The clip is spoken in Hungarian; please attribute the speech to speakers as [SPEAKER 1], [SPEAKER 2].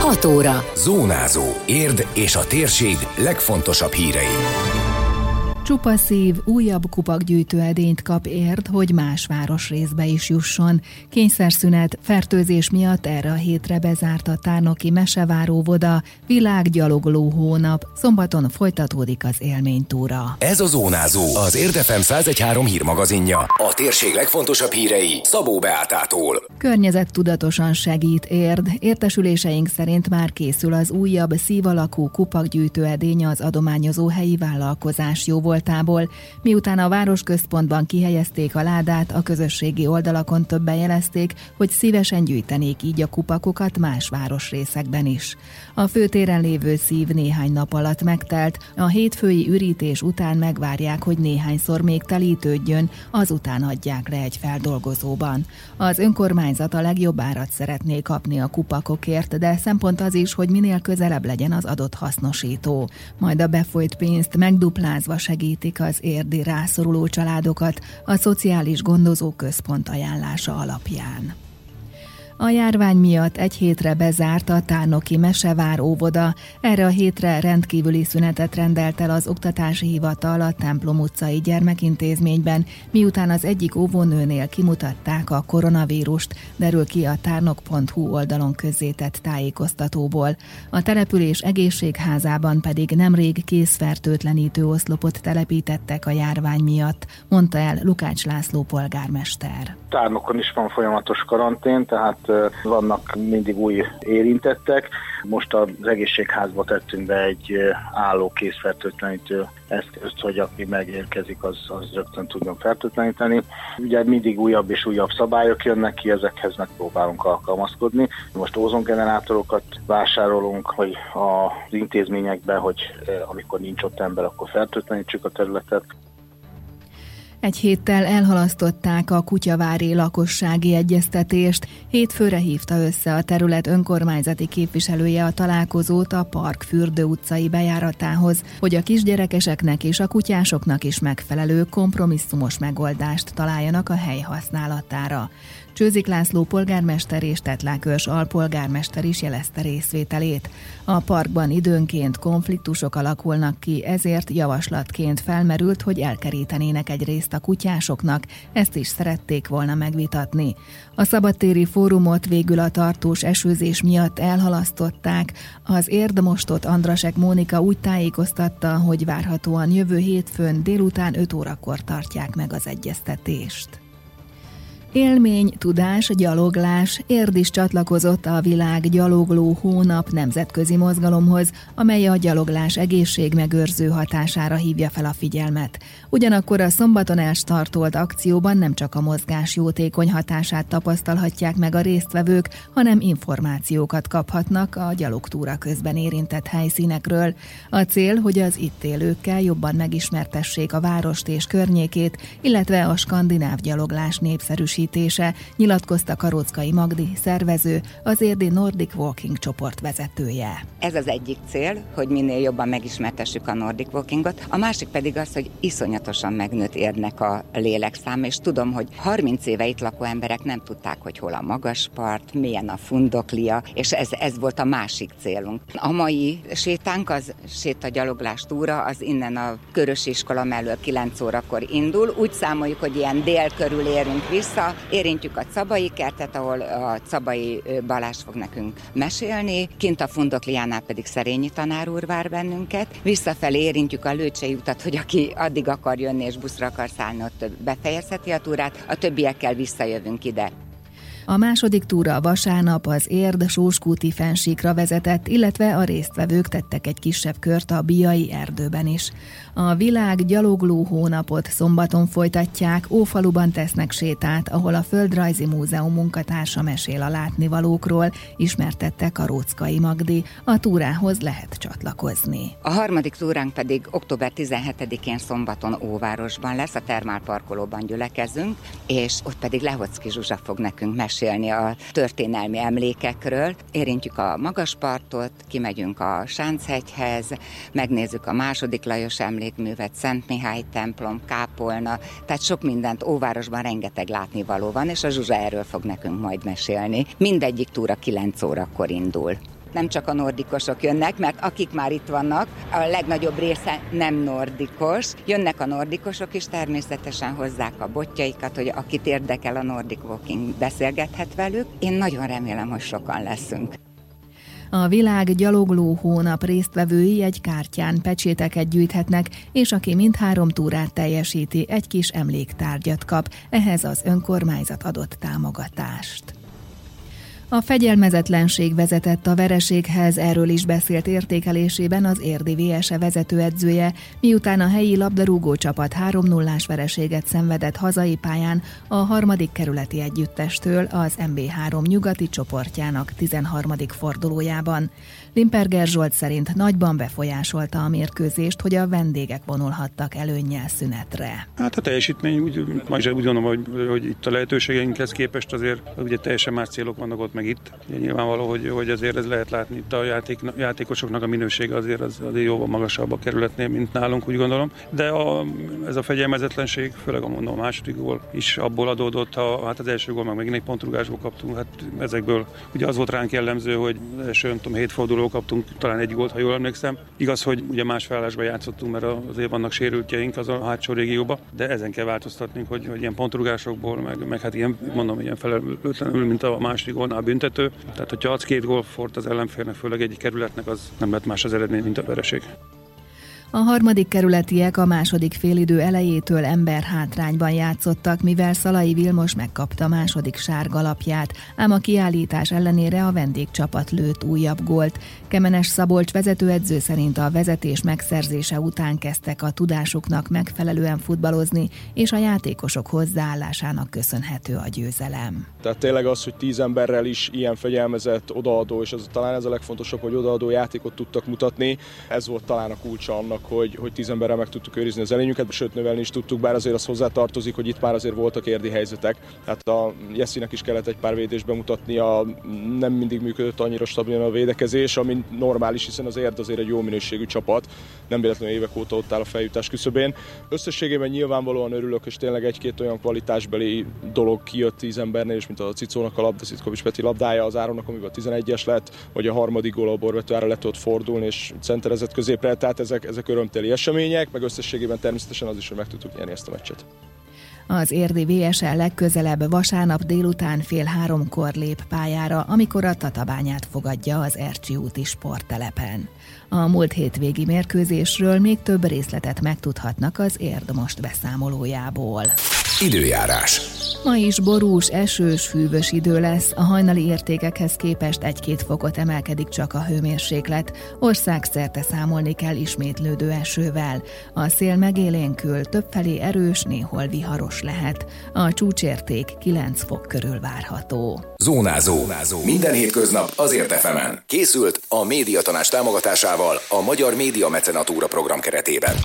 [SPEAKER 1] 6 óra.
[SPEAKER 2] Zónázó. Érd és a térség legfontosabb hírei.
[SPEAKER 3] Csupa szív újabb kupakgyűjtő edényt kap Érd, hogy más városrészbe is jusson. Kényszerszünet, fertőzés miatt erre a hétre bezárt a tárnoki meseváró-voda, világgyalogló hónap. Szombaton folytatódik az élménytúra.
[SPEAKER 2] Ez a Zónázó, az Érd FM 101.3 hírmagazinja. A térség legfontosabb hírei Szabó Beátától.
[SPEAKER 3] Környezettudatosan segít Érd. Értesüléseink szerint már készül az újabb szív alakú kupakgyűjtő edény az adományozó helyi vállalkozás jóvoltából. Miután a városközpontban kihelyezték a ládát, a közösségi oldalakon többen jelezték, hogy szívesen gyűjtenék így a kupakokat más városrészekben is. A főtéren lévő szív néhány nap alatt megtelt, a hétfői ürítés után megvárják, hogy néhányszor még telítődjön, azután adják le egy feldolgozóban. Az önkormányzat a legjobb árat szeretné kapni a kupakokért, de szempont az is, hogy minél közelebb legyen az adott hasznosító. Majd a befolyt pénzt megduplázva segítik az érdi rászoruló családokat a Szociális Gondozó Központ ajánlása alapján. A járvány miatt egy hétre bezárt a tárnoki mesevár-óvoda. Erre a hétre rendkívüli szünetet rendelt el az Oktatási Hivatal a Templom utcai gyermekintézményben, miután az egyik óvónőnél kimutatták a koronavírust, derül ki a tárnok.hu oldalon közzétett tájékoztatóból. A település egészségházában pedig nemrég kézfertőtlenítő oszlopot telepítettek a járvány miatt, mondta el Lukács László polgármester.
[SPEAKER 4] Tárnokon is van folyamatos karantén, tehát vannak mindig új érintettek. Most az egészségházba tettünk be egy álló kézfertőtlenítő eszközt, hogy aki megérkezik, az rögtön tudjon fertőtleníteni. Ugye mindig újabb és újabb szabályok jönnek ki, ezekhez megpróbálunk alkalmazkodni. Most ózongenerátorokat vásárolunk, hogy az intézményekben, hogy amikor nincs ott ember, akkor fertőtlenítsük a területet.
[SPEAKER 3] Egy héttel elhalasztották a kutyavári lakossági egyeztetést. Hétfőre hívta össze a terület önkormányzati képviselője a találkozót a Park Fürdő utcai bejáratához, hogy a kisgyerekeseknek és a kutyásoknak is megfelelő kompromisszumos megoldást találjanak a hely használatára. Csőzik László polgármester és Tetlák Őrs alpolgármester is jelezte részvételét. A parkban időnként konfliktusok alakulnak ki, ezért javaslatként felmerült, hogy elkerítenének egy részt a kutyásoknak, ezt is szerették volna megvitatni. A szabadtéri fórumot végül a tartós esőzés miatt elhalasztották. Az Érdmostot Andrasek Mónika úgy tájékoztatta, hogy várhatóan jövő hétfőn délután 5 órakor tartják meg az egyeztetést. Élmény, tudás, gyaloglás. Érd is csatlakozott a Világ gyalogló hónap nemzetközi mozgalomhoz, amely a gyaloglás egészségmegőrző hatására hívja fel a figyelmet. Ugyanakkor a szombaton elstartolt akcióban nem csak a mozgás jótékony hatását tapasztalhatják meg a résztvevők, hanem információkat kaphatnak a gyalogtúra közben érintett helyszínekről. A cél, hogy az itt élőkkel jobban megismertessék a várost és környékét, illetve a skandináv gyaloglás népszerűsítése, nyilatkozta Karóczkai Magdi, szervező, az érdi Nordic Walking csoport vezetője.
[SPEAKER 5] Ez az egyik cél, hogy minél jobban megismertessük a Nordic Walkingot, a másik pedig az, hogy iszonyatosan megnőtt Érdnek a lélekszám, és tudom, hogy 30 éve itt lakó emberek nem tudták, hogy hol a Magaspart, milyen a Fundoklia, és ez volt a másik célunk. A mai sétánk, az sétagyaloglás túra, az innen a Körösi iskola mellől 9 órakor indul. Úgy számoljuk, hogy ilyen dél körül érünk vissza, érintjük a Cabai kertet, ahol a Cabai Balázs fog nekünk mesélni, kint a Fundokliánál pedig Szerényi tanár úr vár bennünket. Visszafelé érintjük a Lőcsei utat, hogy aki addig akar jönni és buszra akar szállni, ott befejezheti a túrát, a többiekkel visszajövünk ide.
[SPEAKER 3] A második túra vasárnap az Érd Sóskúti fennsíkra vezetett, illetve a résztvevők tettek egy kisebb kört a Biai erdőben is. A Világ gyalogló hónapot szombaton folytatják, Ófaluban tesznek sétát, ahol a Földrajzi Múzeum munkatársa mesél a látnivalókról, ismertette Karóczkai Magdi. A túrához lehet csatlakozni.
[SPEAKER 5] A harmadik túránk pedig október 17-én szombaton Óvárosban lesz, a termálparkolóban gyülekezünk, és ott pedig Lehocki Zsuzsa fog nekünk mesélni a történelmi emlékekről. Érintjük a Magaspartot, kimegyünk a Sánchegyhez, megnézzük a II. Lajos emlékművet, Szent Mihály templom, kápolna, tehát sok mindent. Óvárosban rengeteg látnivaló van, és a Zsuzsa erről fog nekünk majd mesélni. Mindegyik túra 9 órakor indul. nem csak a nordikosok jönnek, mert akik már itt vannak, a legnagyobb része nem nordikos. Jönnek a nordikosok is, természetesen hozzák a botjaikat, hogy akit érdekel a Nordic Walking, beszélgethet velük. Én nagyon remélem, hogy sokan leszünk.
[SPEAKER 3] A világ gyalogló hónap résztvevői egy kártyán pecséteket gyűjthetnek, és aki mindhárom túrát teljesíti, egy kis emléktárgyat kap, ehhez az önkormányzat adott támogatást. A fegyelmezetlenség vezetett a vereséghez, erről is beszélt értékelésében az érdi VSE vezetőedzője, miután a helyi labdarúgó csapat 3-0-ás vereséget szenvedett hazai pályán a 3. kerületi együttestől az MB3 nyugati csoportjának 13. fordulójában. Limperger Zsolt szerint nagyban befolyásolta a mérkőzést, hogy a vendégek vonulhattak előnnyel szünetre.
[SPEAKER 1] Hát a teljesítmény, úgy gondolom, hogy itt a lehetőségeinkhez képest azért ugye teljesen más célok vannak ott meg itt. Ugye nyilvánvaló, hogy azért ez lehet látni, itt a játékosoknak a minősége azért jóval magasabb a kerületnél, mint nálunk, úgy gondolom. De ez a fegyelmezetlenség, főleg a második gól is abból adódott, hát az első gól meg megint egy pontrugásból kaptunk, hát ezekből ugye az volt ránk jellemző, hogy az első, 7 forduló kaptunk talán egy gólt, ha jól emlékszem. Igaz, hogy ugye más felállásban játszottunk, mert azért vannak sérültjeink az a hátsó régióba, de ezen kell változtatnunk, hogy ilyen pontrugásokból, meg hát ilyen felelőtlenül, mint a második gólnál büntető. Tehát, hogyha adsz 2 gólfort az ellenfélnek, főleg egy kerületnek, az nem lett más az eredmény, mint a vereség.
[SPEAKER 3] A 3. kerületiek a második félidő elejétől emberhátrányban játszottak, mivel Szalai Vilmos megkapta második sárga lapját, ám a kiállítás ellenére a vendégcsapat lőtt újabb gólt. Kemenes Szabolcs vezetőedző szerint a vezetés megszerzése után kezdtek a tudásuknak megfelelően futballozni, és a játékosok hozzáállásának köszönhető a győzelem.
[SPEAKER 6] Tehát tényleg az, hogy 10 emberrel is ilyen fegyelmezett, odaadó, és talán ez a legfontosabb, hogy odaadó játékot tudtak mutatni. Ez volt talán a kulcsa annak, hogy 10 emberrel meg tudtuk őrizni az előnyünket, sőt növelni is tudtuk, bár azért az hozzátartozik, hogy itt már azért voltak érdi helyzetek. Hát a Jessinek is kellett egy pár védést bemutatnia, nem mindig működött annyira stabilan a védekezés, ami normális, hiszen az Érd azért egy jó minőségű csapat, nem véletlenül évek óta ott áll a feljutás küszöbén. Összességében nyilvánvalóan örülök, és tényleg egy-két olyan kvalitásbeli dolog kijött 10 embernél, és mint a Cicónak a labda, Szitkovics Peti labdája, az Áronnak, amivel 11-es lett, vagy a 3. gól a Borvetőára le tudott fordulni, és centerezett középre, tehát ezek örömteli események, meg összességében természetesen az is, hogy meg tudtuk nyerni ezt a meccset.
[SPEAKER 3] Az érdi VSE legközelebb vasárnap délután 2:30-kor lép pályára, amikor a Tatabányát fogadja az Ercsi úti sporttelepen. A múlt hétvégi mérkőzésről még több részletet megtudhatnak az Érd Most beszámolójából.
[SPEAKER 2] Időjárás.
[SPEAKER 3] Ma is borús, esős, hűvös idő lesz, a hajnali értékekhez képest 1-2 fokot emelkedik csak a hőmérséklet. Országszerte számolni kell ismétlődő esővel. A szél megélénkül, többfelé erős, néhol viharos lehet. A csúcsérték 9 fok körül várható.
[SPEAKER 2] Zónázó. Minden hétköznap az Érd FM-en. Készült a Médiatanács támogatásával a Magyar Média Mecenatúra program keretében.